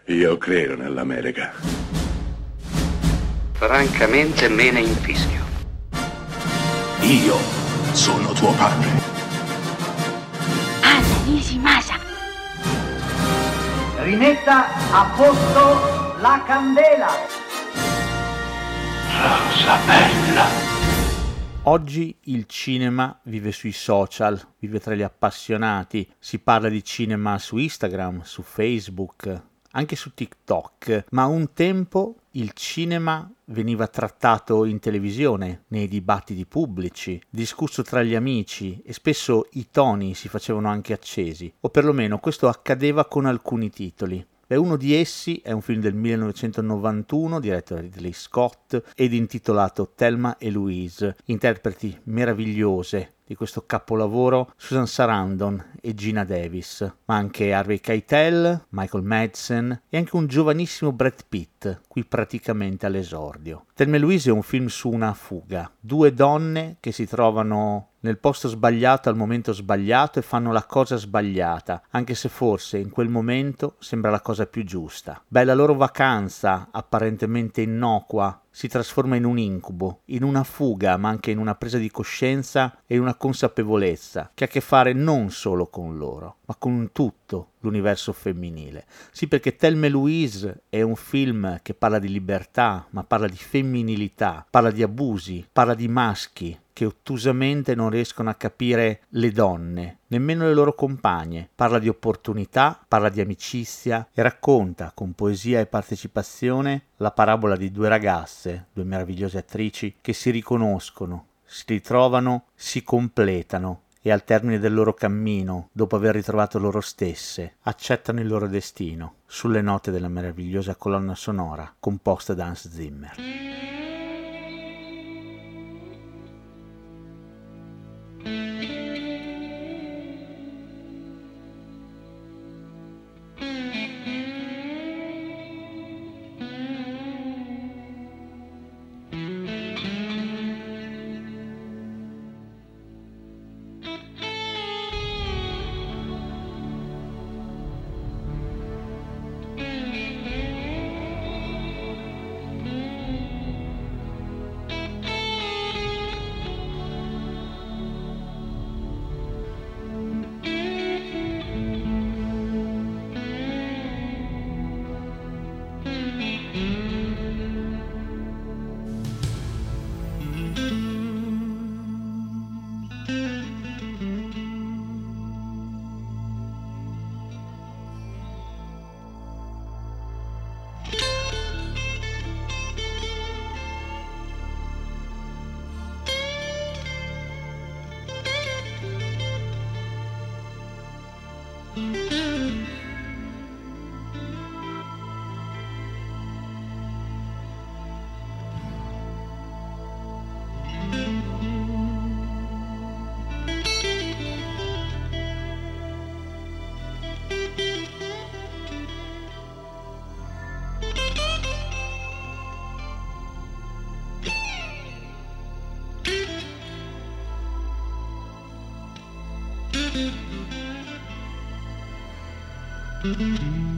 Io credo nell'America. Francamente me ne infischio. Io sono tuo padre. Anna Nishimasa. Rimetta a posto la candela. Rosa bella. Oggi il cinema vive sui social, vive tra gli appassionati, si parla di cinema su Instagram, su Facebook, anche su TikTok, ma un tempo il cinema veniva trattato in televisione, nei dibattiti pubblici, discusso tra gli amici e spesso i toni si facevano anche accesi, o perlomeno questo accadeva con alcuni titoli. Uno di essi è un film del 1991 diretto da Ridley Scott ed intitolato Thelma e Louise, interpreti meravigliose di questo capolavoro Susan Sarandon e Geena Davis, ma anche Harvey Keitel, Michael Madsen e anche un giovanissimo Brad Pitt, qui praticamente all'esordio. Thelma e Louise è un film su una fuga, due donne che si trovano nel posto sbagliato al momento sbagliato e fanno la cosa sbagliata, anche se forse in quel momento sembra la cosa più giusta. La loro vacanza, apparentemente innocua, si trasforma in un incubo, in una fuga, ma anche in una presa di coscienza e una consapevolezza che ha a che fare non solo con loro, ma con tutto l'universo femminile. Sì, perché Thelma e Louise è un film che parla di libertà, ma parla di femminilità, parla di abusi, parla di maschi che ottusamente non riescono a capire le donne, nemmeno le loro compagne. Parla di opportunità, parla di amicizia e racconta con poesia e partecipazione la parabola di due ragazze, due meravigliose attrici che si riconoscono, si ritrovano, si completano e al termine del loro cammino, dopo aver ritrovato loro stesse, accettano il loro destino sulle note della meravigliosa colonna sonora composta da Hans Zimmer. Mm-hmm.